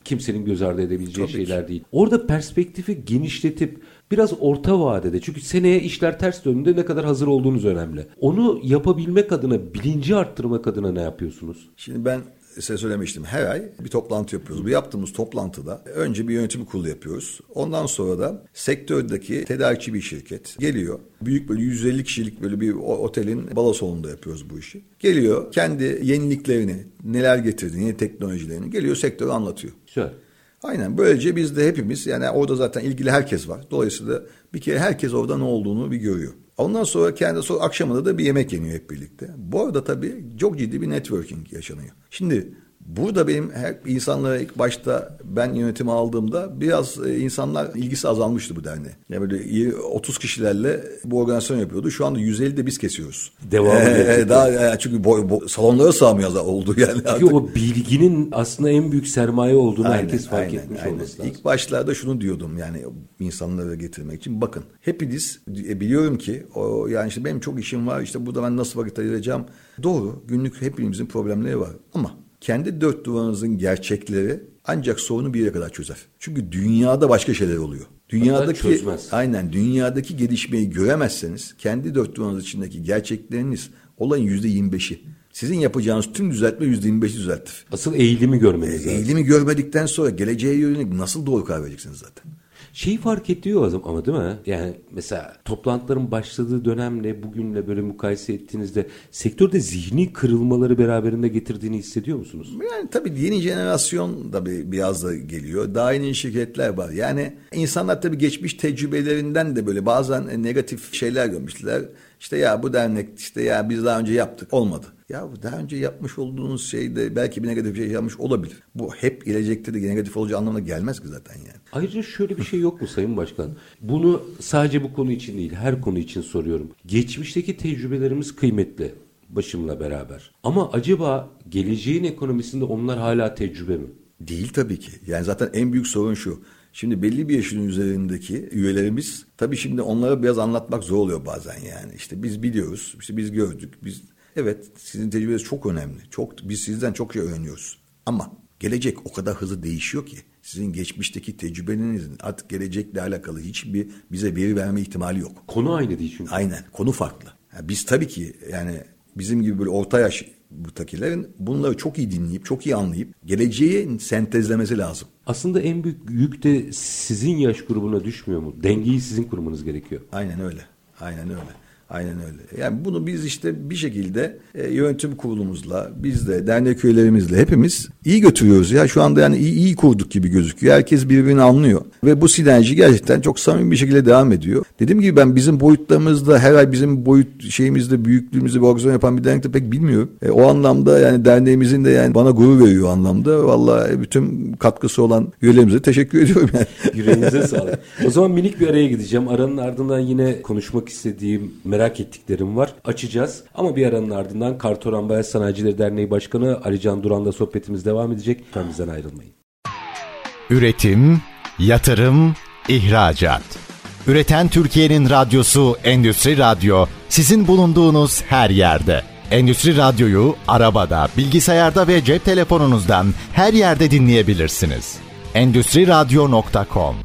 kimsenin göz ardı edebileceği Tabii şeyler ki. değil. Orada perspektifi genişletip biraz orta vadede, çünkü seneye işler ters döndüğünde ne kadar hazır olduğunuz önemli. Onu yapabilmek adına, bilinci arttırmak adına ne yapıyorsunuz? Şimdi ben size söylemiştim, her ay bir toplantı yapıyoruz. Bu yaptığımız toplantıda önce bir yönetim kurulu yapıyoruz. Ondan sonra da sektördeki tedarikçi bir şirket geliyor. Büyük böyle yüz elli kişilik böyle bir otelin balo salonunda yapıyoruz bu işi. Geliyor, kendi yeniliklerini, neler getirdiğini, yeni teknolojilerini geliyor, sektöre anlatıyor. Güzel. Aynen, böylece biz de hepimiz, yani orada zaten ilgili herkes var. Dolayısıyla bir kere herkes orada ne olduğunu bir görüyor. Ondan sonra kendi sonra akşamında da bir yemek yeniyor hep birlikte. Bu arada tabii çok ciddi bir networking yaşanıyor. Şimdi burada benim her insanlara ilk başta ben yönetimi aldığımda biraz insanlar ilgisi azalmıştı bu derneğe. Yani böyle otuz kişilerle bu organizasyon yapıyordu. Şu anda yüz elli de biz kesiyoruz. Devam ediyor. Daha yani çünkü bo, bo, salonlara sığamıyor oldu yani. Çünkü artık. o bilginin aslında en büyük sermaye olduğunu Aynen, herkes fark aynen, etmiş aynen. olması lazım. İlk başlarda şunu diyordum, yani insanları getirmek için. Bakın hepiniz e, biliyorum ki o, yani işte benim çok işim var, işte burada ben nasıl vakit ayıracağım. Doğru, günlük hepimizin problemleri var ama kendi dört duvarınızın gerçekleri ancak sorunu bir yere kadar çözer. Çünkü dünyada başka şeyler oluyor. Dünyadaki aynen dünyadaki gelişmeyi göremezseniz kendi dört duvarınız içindeki gerçekleriniz olayın yüzde yirmi beşi. Sizin yapacağınız tüm düzeltme yüzde yirmi beşi düzeltir. Asıl eğilimi görmeniz lazım. Eğilimi görmedikten sonra geleceğe yönelik nasıl doğru karar vereceksiniz zaten? Şeyi fark ediyor ama değil mi? Yani mesela toplantıların başladığı dönemle bugünle böyle mukayese ettiğinizde sektörde zihni kırılmaları beraberinde getirdiğini hissediyor musunuz? Yani tabii yeni jenerasyon da bir, biraz da geliyor. Daha yeni şirketler var. Yani insanlar tabii geçmiş tecrübelerinden de böyle bazen negatif şeyler görmüşler. İşte ya bu dernek işte ya biz daha önce yaptık, olmadı. Ya daha önce yapmış olduğunuz şeyde belki bir negatif şey yapmış olabilir. Bu hep gelecekte de negatif olacağı anlamına gelmez ki zaten yani. Ayrıca şöyle bir şey yok mu Sayın Başkan? Bunu sadece bu konu için değil, her konu için soruyorum. Geçmişteki tecrübelerimiz kıymetli, başımla beraber. Ama acaba geleceğin ekonomisinde onlar hala tecrübe mi? Değil tabii ki. Yani zaten en büyük sorun şu. Şimdi belli bir yaşın üzerindeki üyelerimiz, tabii şimdi onlara biraz anlatmak zor oluyor bazen yani. İşte biz biliyoruz, işte biz gördük, biz evet sizin tecrübeniz çok önemli. Çok, biz sizden çok şey öğreniyoruz. Ama gelecek o kadar hızlı değişiyor ki sizin geçmişteki tecrübenizin artık gelecekle alakalı hiçbir bize veri verme ihtimali yok. Konu aynı değil çünkü. Aynen, konu farklı. Yani biz tabii ki yani bizim gibi böyle orta yaş buradakilerin bunları çok iyi dinleyip, çok iyi anlayıp geleceği sentezlemesi lazım. Aslında en büyük yük de sizin yaş grubuna düşmüyor mu? Dengeyi sizin kurmanız gerekiyor. Aynen öyle. Aynen öyle. Aynen öyle. Yani bunu biz işte bir şekilde e, yönetim kurulumuzla, biz de dernek üyelerimizle hepimiz iyi götürüyoruz ya. Şu anda yani iyi, iyi kurduk gibi gözüküyor. Herkes birbirini anlıyor. Ve bu sinerji gerçekten çok samimi bir şekilde devam ediyor. Dediğim gibi ben bizim boyutlarımızda her ay bizim boyut şeyimizde büyüklüğümüzde bir organizasyon yapan bir dernekte pek bilmiyorum. E, o anlamda yani derneğimizin de yani bana gurur veriyor o anlamda. Vallahi bütün katkısı olan üyelerimize teşekkür ediyorum yani. Yüreğinize sağlık. O zaman minik bir araya gideceğim. Aranın ardından yine konuşmak istediğim, merak ettiklerim var. Açacağız. Ama bir aranın ardından Karton Ambalaj Sanayicileri Derneği Başkanı Ali Can Duran'la sohbetimiz devam edecek. Lütfen bizden ayrılmayın. Üretim, yatırım, ihracat. Üreten Türkiye'nin radyosu Endüstri Radyo sizin bulunduğunuz her yerde. Endüstri Radyo'yu arabada, bilgisayarda ve cep telefonunuzdan her yerde dinleyebilirsiniz. endüstri radyo nokta com.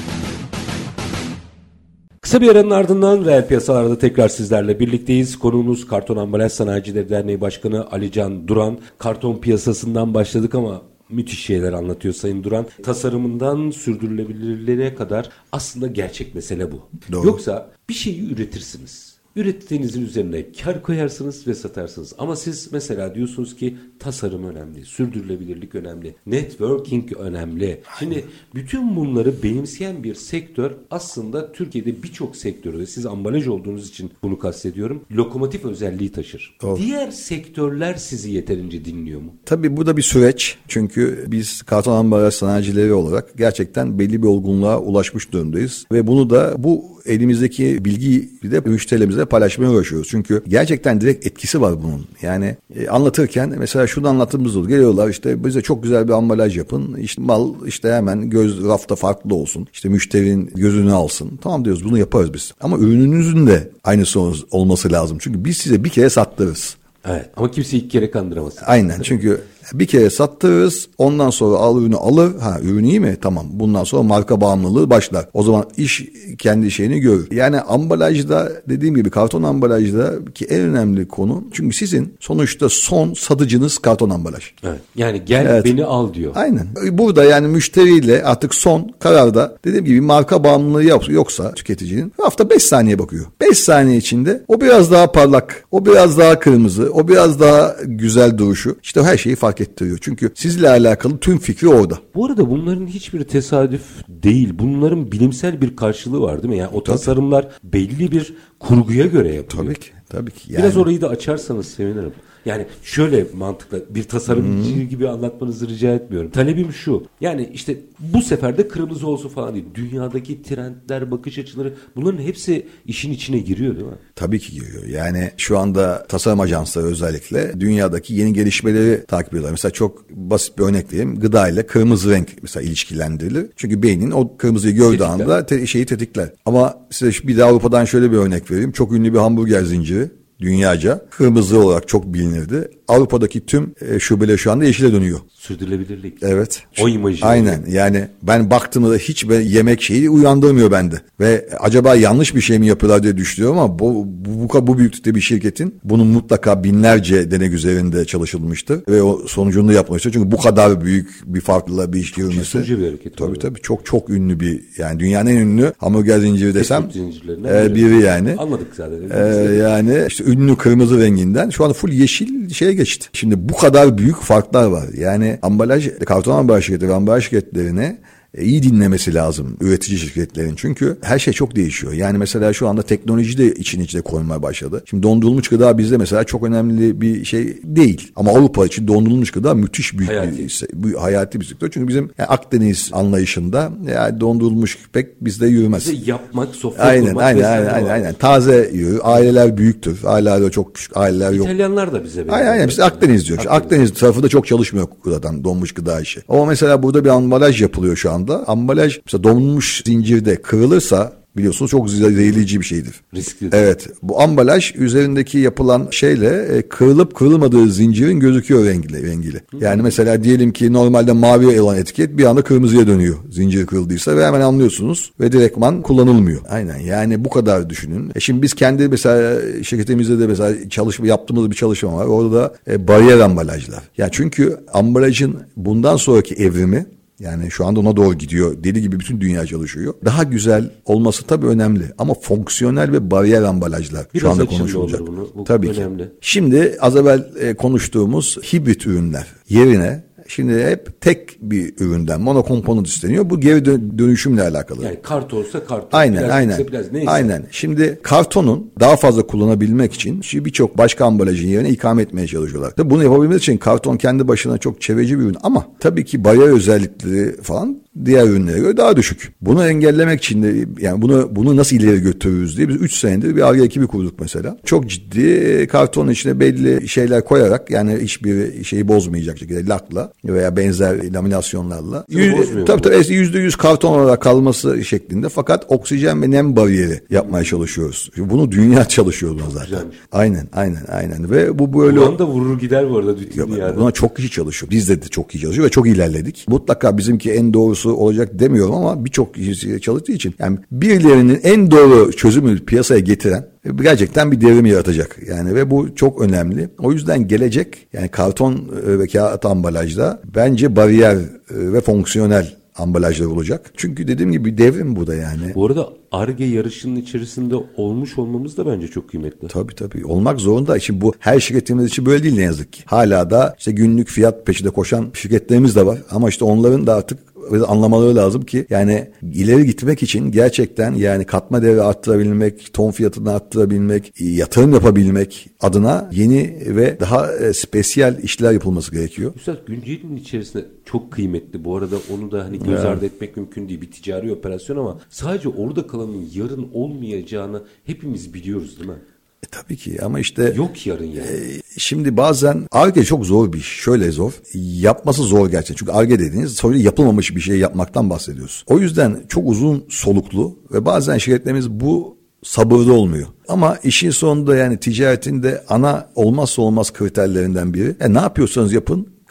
Kısa bir aranın ardından reel piyasalarda tekrar sizlerle birlikteyiz. Konuğumuz Karton Ambalaj Sanayicileri Derneği Başkanı Ali Can Duran. Karton piyasasından başladık ama müthiş şeyler anlatıyor Sayın Duran. Tasarımından sürdürülebilirliğine kadar aslında gerçek mesele bu. Doğru. Yoksa bir şeyi üretirsiniz. Ürettiğinizin üzerine kar koyarsınız ve satarsınız. Ama siz mesela diyorsunuz ki tasarım önemli, sürdürülebilirlik önemli, networking önemli. Şimdi bütün bunları benimseyen bir sektör aslında Türkiye'de birçok sektörde, siz ambalaj olduğunuz için bunu kastediyorum, lokomotif özelliği taşır. Doğru. Diğer sektörler sizi yeterince dinliyor mu? Tabii bu da bir süreç. Çünkü biz karton ambalaj sanayicileri olarak gerçekten belli bir olgunluğa ulaşmış durumdayız. Ve bunu da bu elimizdeki bilgiyi de müşterilerimizle paylaşmaya uğraşıyoruz. Çünkü gerçekten direkt etkisi var bunun. Yani e, anlatırken mesela şunu anlattığımız olur. Geliyorlar işte bize çok güzel bir ambalaj yapın. İşte mal işte hemen göz rafta farklı olsun. İşte müşterinin gözünü alsın. Tamam diyoruz, bunu yaparız biz. Ama ürününüzün de aynısı olması lazım. Çünkü biz size bir kere sattırırız. Evet, ama kimse ilk kere kandıramaz. Aynen, çünkü Bir kere sattırırız. Ondan sonra al ürünü alır. Ha ürün iyi mi? Tamam. Bundan sonra marka bağımlılığı başlar. O zaman iş kendi şeyini görür. Yani ambalajda dediğim gibi karton ambalajda ki en önemli konu. Çünkü sizin sonuçta son satıcınız karton ambalaj. Evet. Yani gel evet. beni al diyor. Aynen. Burada yani müşteriyle artık son kararda dediğim gibi marka bağımlılığı yoksa tüketicinin hafta beş saniye bakıyor. beş saniye içinde o biraz daha parlak, o biraz daha kırmızı, o biraz daha güzel duruşu işte her şeyi fark ettiriyor. Çünkü sizle alakalı tüm fikri orada. Bu arada bunların hiçbiri tesadüf değil. Bunların bilimsel bir karşılığı var değil mi? Yani o Tabii. tasarımlar belli bir kurguya göre yapılıyor. Tabii ki. Tabii ki. Yani... Biraz orayı da açarsanız sevinirim. Yani şöyle mantıkla bir tasarımcı hmm. gibi anlatmanızı rica etmiyorum. Talebim şu. Yani işte bu sefer de kırmızı olsun falan değil. Dünyadaki trendler, bakış açıları bunların hepsi işin içine giriyor değil mi? Tabii ki giriyor. Yani şu anda tasarım ajansları özellikle dünyadaki yeni gelişmeleri takip ediyorlar. Mesela çok basit bir örnek diyeyim. Gıda ile kırmızı renk mesela ilişkilendirilir. Çünkü beynin o kırmızıyı gördüğü tetikler. anda te- şeyi tetikler. Ama size bir de Avrupa'dan şöyle bir örnek vereyim. Çok ünlü bir hamburger zinciri. Dünyaca kırmızı olarak çok bilinirdi. Avrupa'daki tüm e, şubeler şu anda yeşile dönüyor. Sürdürülebilirlik. Evet. O imajı. Aynen. Oluyor. Yani ben baktığımda hiç yemek şeyi uyandırmıyor bende. Ve acaba yanlış bir şey mi yapıyorlar diye düşünüyorum ama bu bu, bu, bu büyüklükte bir şirketin bunun mutlaka binlerce denek üzerinde çalışılmıştır. Ve o sonucunu yapmıştır. Çünkü bu kadar büyük bir farklılığa bir iş girmesi. Cesurca bir hareket. Tabii tabii. Çok çok ünlü bir yani dünyanın en ünlü hamburger zinciri desem e, biri yani. Anladık zaten. E, yani işte ünlü kırmızı renginden şu anda full yeşil şeye geçti. Şimdi bu kadar büyük farklar var. Yani ambalaj, karton ambalaj şirketleri ve ambalaj şirketlerine iyi dinlemesi lazım üretici şirketlerin. Çünkü her şey çok değişiyor. Yani mesela şu anda teknoloji de için içine koymaya başladı. Şimdi dondurulmuş gıda bizde mesela çok önemli bir şey değil. Ama Avrupa için dondurulmuş gıda müthiş büyük hayati. bir, bir hayati bir sektör. Çünkü bizim yani Akdeniz anlayışında yani dondurulmuş pek bizde yürümez. Bize yapmak, sofra aynen, kurmak. Aynen, aynen, aynen, aynen. Taze yürü. Aileler büyüktür. Aileler çok küçük aileler yok. İtalyanlar da bize. Aynen, aynen. Biz Akdeniz diyoruz. Akdeniz. Akdeniz tarafı da çok çalışmıyor zaten donmuş gıda işi. Ama mesela burada bir ambalaj yapılıyor şu anda. Ambalaj mesela donmuş zincirde kırılırsa biliyorsunuz çok zehirleyici bir şeydir. Riskli. Evet. Bu ambalaj üzerindeki yapılan şeyle e, kırılıp kırılmadığı zincirin gözüküyor rengiyle. rengiyle. Yani mesela diyelim ki normalde mavi olan etiket bir anda kırmızıya dönüyor. Zincir kırıldıysa ve hemen anlıyorsunuz ve direktman kullanılmıyor. Aynen. Yani bu kadar düşünün. E şimdi biz kendi mesela şirketimizde de mesela çalışma yaptığımız bir çalışma var. Orada da e, bariyer ambalajlar. Ya çünkü ambalajın bundan sonraki evrimi yani şu anda ona doğru gidiyor. Deli gibi bütün dünya çalışıyor. Daha güzel olması tabii önemli. Ama fonksiyonel ve bariyer ambalajlar biraz şu anda konuşulacak. Bunu, bu tabii önemli. ki. Şimdi az evvel e, konuştuğumuz hibrit ürünler yerine şimdi hep tek bir üründen monokomponent isteniyor. Bu geri dön- dönüşümle alakalı. Yani kartonsa karton. Aynen, plaz aynen. ise plaz, neyse. Aynen. Şimdi kartonun daha fazla kullanabilmek için şimdi birçok başka ambalajın yerine ikame etmeye çalışıyorlar. Tabii bunu yapabilmek için karton kendi başına çok çevreci bir ürün ama tabii ki bariyer özellikleri falan diğer ürünlere göre daha düşük. Bunu engellemek için de yani bunu bunu nasıl ileri götürürüz diye biz üç senedir bir Ar-Ge ekibi kurduk mesela. Çok ciddi kartonun içine belli şeyler koyarak yani hiçbir şeyi bozmayacak şekilde lakla veya benzer laminasyonlarla yüz, tabii tabii yüzde yüz karton olarak kalması şeklinde fakat oksijen ve nem bariyeri yapmaya çalışıyoruz. Bunu dünya çalışıyor buna zaten. Güzelmiş. Aynen aynen aynen ve bu böyle. Ulan da vurur gider bu arada bütün dünyada. Buna çok kişi çalışıyor. Biz de, de çok iyi çalışıyor ve çok ilerledik. Mutlaka bizimki en doğrusu olacak demiyorum ama birçok kişi çalıştığı için yani birilerinin en doğru çözümü piyasaya getiren gerçekten bir devrim yaratacak. Yani ve bu çok önemli. O yüzden gelecek yani karton ve kağıt ambalajda bence bariyer ve fonksiyonel ambalajlar olacak. Çünkü dediğim gibi bir devrim bu da yani. Bu arada Ar-Ge yarışının içerisinde olmuş olmamız da bence çok kıymetli. Tabii tabii. Olmak zorunda. Şimdi bu her şirketimiz için böyle değil ne yazık ki. Hala da işte günlük fiyat peşinde koşan şirketlerimiz de var. Ama işte onların da artık anlamaları lazım ki yani ileri gitmek için gerçekten yani katma değeri arttırabilmek, ton fiyatını arttırabilmek, yatırım yapabilmek adına yeni ve daha e, spesiyel işler yapılması gerekiyor. Üstad güncelin içerisinde çok kıymetli. Bu arada onu da hani göz ardı etmek mümkün değil. Bir ticari operasyon ama sadece orada kalanın yarın olmayacağını hepimiz biliyoruz değil mi? E, tabii ki ama işte yok yarın yani. E, şimdi bazen Ar-Ge çok zor bir iş. Şöyle zor. Yapması zor gerçekten. Çünkü Ar-Ge dediğiniz sonra yapılmamış bir şey yapmaktan bahsediyoruz. O yüzden çok uzun soluklu ve bazen şirketlerimiz bu sabırlı olmuyor. Ama işin sonunda yani ticaretin de ana olmazsa olmaz kriterlerinden biri. Yani ne yapıyorsanız yapın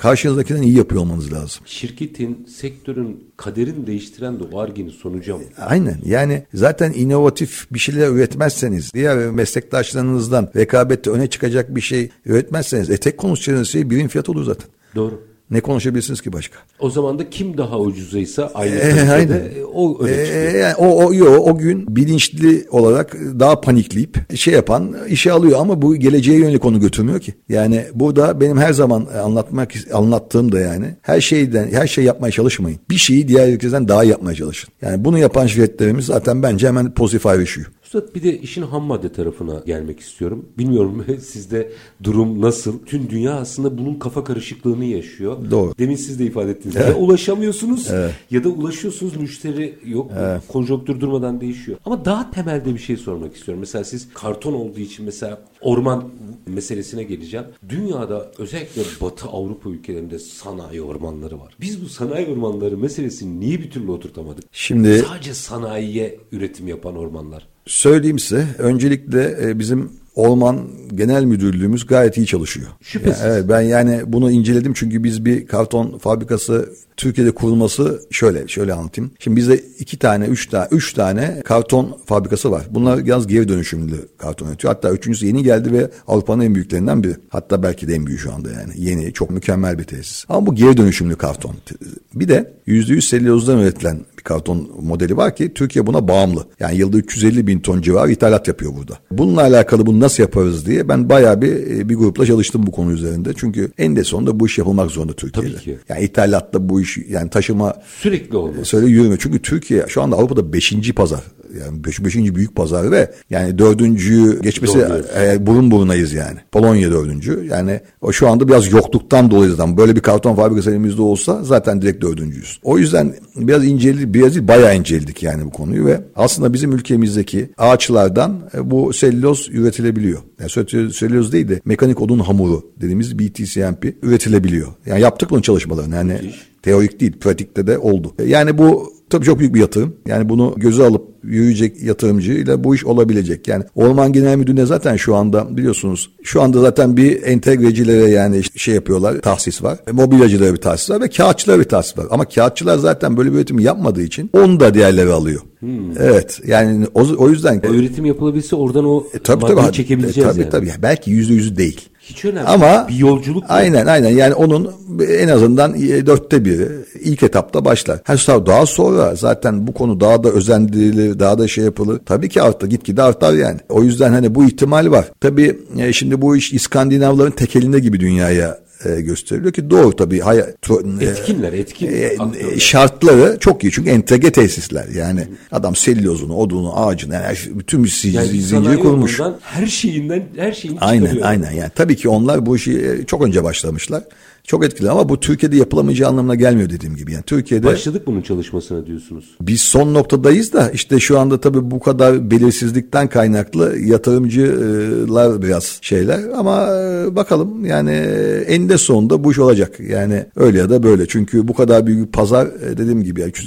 karşınızdakinden iyi yapıyor olmanız lazım. Şirketin, sektörün kaderini değiştiren de o Ar-Ge'nin sonucu mu? Aynen. Yani zaten inovatif bir şeyler üretmezseniz, diğer meslektaşlarınızdan rekabette öne çıkacak bir şey üretmezseniz, e tek konuşacağınız şey birim fiyat olur zaten. Doğru. Ne konuşabilirsiniz ki başka? O zaman da kim daha ucuzaysa aynı ee, kalitede o öne çıkıyor. Ee, yani o, o, yo, o gün bilinçli olarak daha panikleyip şey yapan işe alıyor ama bu geleceğe yönelik onu götürmüyor ki. Yani burada benim her zaman anlatmak anlattığım da yani her şeyden her şey yapmaya çalışmayın. Bir şeyi diğer ülkelerden daha iyi yapmaya çalışın. Yani bunu yapan şirketlerimiz zaten bence hemen pozitif ayrışıyor. Üstad, bir de işin ham madde tarafına gelmek istiyorum. Bilmiyorum sizde durum nasıl? Tüm dünya aslında bunun kafa karışıklığını yaşıyor. Doğru. Demin siz de ifade ettiniz. Evet. Ya ulaşamıyorsunuz evet. ya da ulaşıyorsunuz, müşteri yok. Evet. Konjonktür durmadan değişiyor. Ama daha temelde bir şey sormak istiyorum. Mesela siz karton olduğu için mesela orman meselesine geleceğim. Dünyada özellikle Batı Avrupa ülkelerinde sanayi ormanları var. Biz bu sanayi ormanları meselesini niye bir türlü oturtamadık? Şimdi sadece sanayiye üretim yapan ormanlar. Söyleyeyim size, öncelikle bizim Orman Genel Müdürlüğümüz gayet iyi çalışıyor. Şüphesiz. Yani evet, ben yani bunu inceledim çünkü biz bir karton fabrikası Türkiye'de kurulması şöyle şöyle anlatayım. Şimdi bizde iki tane, üç tane, üç tane karton fabrikası var. Bunlar yalnız geri dönüşümlü karton üretiyor. Hatta üçüncüsü yeni geldi ve Avrupa'nın en büyüklerinden biri. Hatta belki de en büyüğü şu anda yani. Yeni, çok mükemmel bir tesis. Ama bu geri dönüşümlü karton. Bir de yüzde yüz selülozdan üretilen bir karton modeli var ki Türkiye buna bağımlı. Yani yılda üç yüz elli bin ton civarı ithalat yapıyor burada. Bununla alakalı bunu nasıl yaparız diye ben bayağı bir bir grupla çalıştım bu konu üzerinde. Çünkü eninde sonunda bu iş yapılmak zorunda Türkiye'de. Tabii ki. Yani ithalatta bu iş, yani taşıma sürekli olmaz. Söyle yürüme. Çünkü Türkiye şu anda Avrupa'da beşinci pazar. Yani beş, beşinci büyük pazar ve yani dördüncüyü geçmesi e, burun burunayız yani. Polonya dördüncü. Yani o şu anda biraz yokluktan dolayı zaten. Böyle bir karton fabrikası elimizde olsa zaten direkt dördüncüyüz. O yüzden biraz inceledik, biraz değil bayağı inceledik yani bu konuyu ve aslında bizim ülkemizdeki ağaçlardan e, bu selüloz üretilebiliyor. Yani selüloz değil de mekanik odun hamuru dediğimiz B T C M P üretilebiliyor. Yani yaptık bunun çalışmalarını. Yani müthiş. Teorik değil, pratikte de oldu. Yani bu tabii çok büyük bir yatırım. Yani bunu göze alıp yürüyecek yatırımcıyla bu iş olabilecek. Yani Orman Genel Müdürlüğü'nde zaten şu anda biliyorsunuz şu anda zaten bir entegrecilere yani şey yapıyorlar, tahsis var. Mobilyacılara bir tahsis var ve kağıtçılara bir tahsis var. Ama kağıtçılar zaten böyle bir üretimi yapmadığı için onu da diğerleri alıyor. Hmm. Evet yani o, o yüzden. O üretim yapılabilse oradan o e, tabii, maddeyi tabii, çekebileceğiz e, tabii, yani. Tabii belki yüzde yüzü değil. Hiç önemli. Ama bir yolculuk. Aynen var. aynen yani onun en azından dörtte biri ilk etapta başlar. Her daha sonra zaten bu konu daha da özendirilir, daha da şey yapılır. Tabii ki artar, gitgide artar yani. O yüzden hani bu ihtimal var. Tabii şimdi bu iş İskandinavların tekelinde gibi dünyaya e, gösteriliyor ki doğru tabii. Hay, to, etkinler, etkin. E, e, şartları çok iyi çünkü entegre tesisler. Yani adam selülozunu, odunu, ağacını yani bütün bir yani zinciri kurmuş. Her şeyinden her şeyini aynen, çıkarıyor. Aynen aynen yani tabii ki onlar bu işi çok önce başlamışlar. Çok etkili ama bu Türkiye'de yapılamayacağı anlamına gelmiyor dediğim gibi. Yani Türkiye'de başladık bunun çalışmasına diyorsunuz. Biz son noktadayız da işte şu anda tabii bu kadar belirsizlikten kaynaklı yatırımcılar biraz şeyler ama bakalım yani eninde sonunda bu iş olacak. Yani öyle ya da böyle. Çünkü bu kadar büyük bir pazar dediğim gibi üç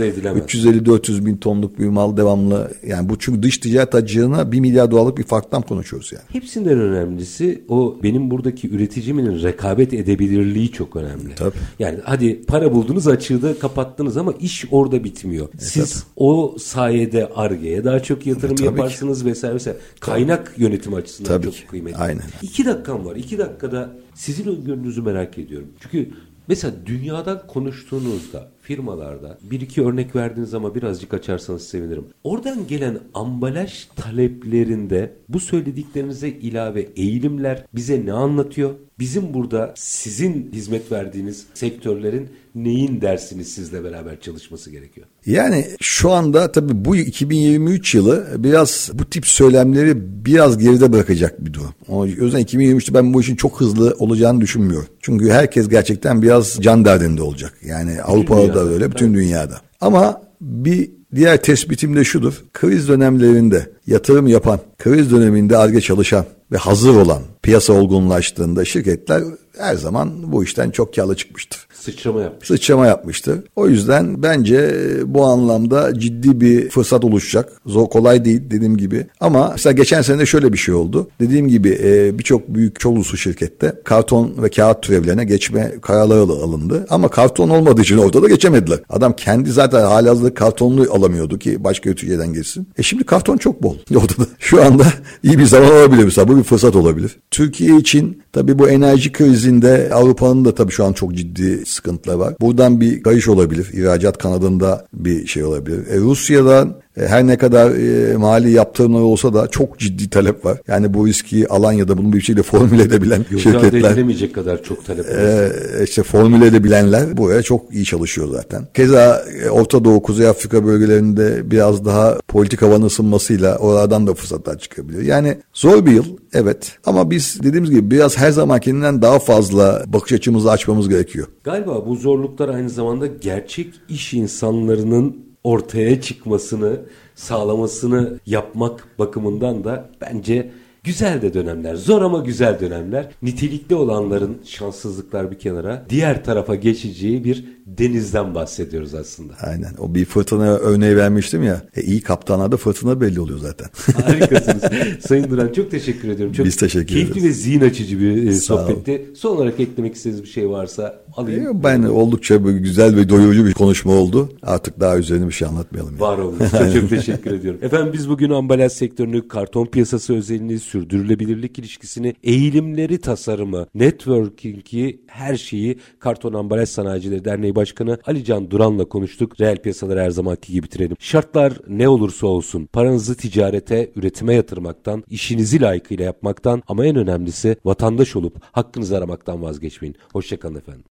yüz elli dört yüz bin tonluk bir mal devamlı yani bu çünkü dış ticaret açığına bir milyar dolarlık bir farktan konuşuyoruz yani. Hepsinden önemlisi o benim buradaki üreticimin rekabet edebilir çok önemli. Tabii. Yani hadi para buldunuz, açığı da kapattınız ama iş orada bitmiyor. E, Siz tabii. o sayede Ar-Ge'ye daha çok yatırım e, yaparsınız ki. vesaire vesaire. Kaynak tabii. yönetimi açısından tabii çok ki. kıymetli. Aynen. İki dakikam var. İki dakikada sizin öngörünüzü merak ediyorum. Çünkü mesela dünyadan konuştuğunuzda firmalarda bir iki örnek verdiğiniz ama birazcık açarsanız sevinirim. Oradan gelen ambalaj taleplerinde bu söylediklerinize ilave eğilimler bize ne anlatıyor? Bizim burada sizin hizmet verdiğiniz sektörlerin neyin dersiniz sizle beraber çalışması gerekiyor? Yani şu anda tabii bu iki bin yirmi üç yılı biraz bu tip söylemleri biraz geride bırakacak bir durum. O yüzden iki bin yirmi üçte ben bu işin çok hızlı olacağını düşünmüyorum. Çünkü herkes gerçekten biraz can derdinde olacak. Yani bütün Avrupa'da da öyle, bütün dünyada. Ama bir diğer tespitim de şudur. Kriz dönemlerinde yatırım yapan, kriz döneminde Ar-Ge çalışan ve hazır olan piyasa olgunlaştığında şirketler her zaman bu işten çok karlı çıkmıştır. Sıçrama yapmış. Sıçrama yapmıştır. O yüzden bence bu anlamda ciddi bir fırsat oluşacak. Zor, kolay değil dediğim gibi. Ama mesela geçen sene şöyle bir şey oldu. Dediğim gibi e, birçok büyük çok uluslu şirkette karton ve kağıt türevlerine geçme kararları alındı. Ama karton olmadığı için orada da geçemediler. Adam kendi zaten halihazırda kartonlu alamıyordu ki başka ülkeden geçsin. E şimdi karton çok bol ortada. Şu anda iyi bir zaman olabilir mesela. Bu bir fırsat olabilir. Türkiye için tabii bu enerji krizinde Avrupa'nın da tabii şu an çok ciddi sıkıntılar var. Buradan bir kayış olabilir. İhracat kanadında bir şey olabilir. E, Rusya'dan e, her ne kadar e, mali yaptırımlar olsa da çok ciddi talep var. Yani bu riski alan ya da bunu bir şekilde formüle edebilen Göz şirketler. edilemeyecek kadar çok talep var. E, işte formüle edebilenler buraya çok iyi çalışıyor zaten. Keza e, Orta Doğu, Kuzey Afrika bölgelerinde biraz daha politik havanın ısınmasıyla oralardan da fırsatlar çıkabilir. Yani zor bir yıl evet ama biz dediğimiz gibi biraz her zamankinden daha fazla bakış açımızı açmamız gerekiyor. Galiba bu zorluklar aynı zamanda gerçek iş insanlarının ortaya çıkmasını, sağlamasını yapmak bakımından da bence güzel de dönemler. Zor ama güzel dönemler. Nitelikli olanların şanssızlıklar bir kenara, diğer tarafa geçeceği bir denizden bahsediyoruz aslında. Aynen. O bir fırtına örneği vermiştim ya. E, iyi kaptanlarda fırtına belli oluyor zaten. Harikasınız. Sayın Duran çok teşekkür ediyorum. Çok Biz teşekkür keyifli ederiz. ve zihin açıcı bir e, Sağ sohbetti. Son olarak eklemek istediğiniz bir şey varsa alayım. E, ben oldukça güzel ve doyurucu bir konuşma oldu. Artık daha üzerine bir şey anlatmayalım. Var olun. Çok, çok teşekkür ediyorum. Efendim biz bugün ambalaj sektörünü, karton piyasası özelliğini, sürdürülebilirlik ilişkisini, eğilimleri, tasarımı, networking'i, her şeyi Karton Ambalaj Sanayicileri Derneği Başkanı Ali Can Duran'la konuştuk. Reel piyasaları her zamanki gibi bitirelim. Şartlar ne olursa olsun paranızı ticarete, üretime yatırmaktan, işinizi layıkıyla yapmaktan ama en önemlisi vatandaş olup hakkınızı aramaktan vazgeçmeyin. Hoşçakalın efendim.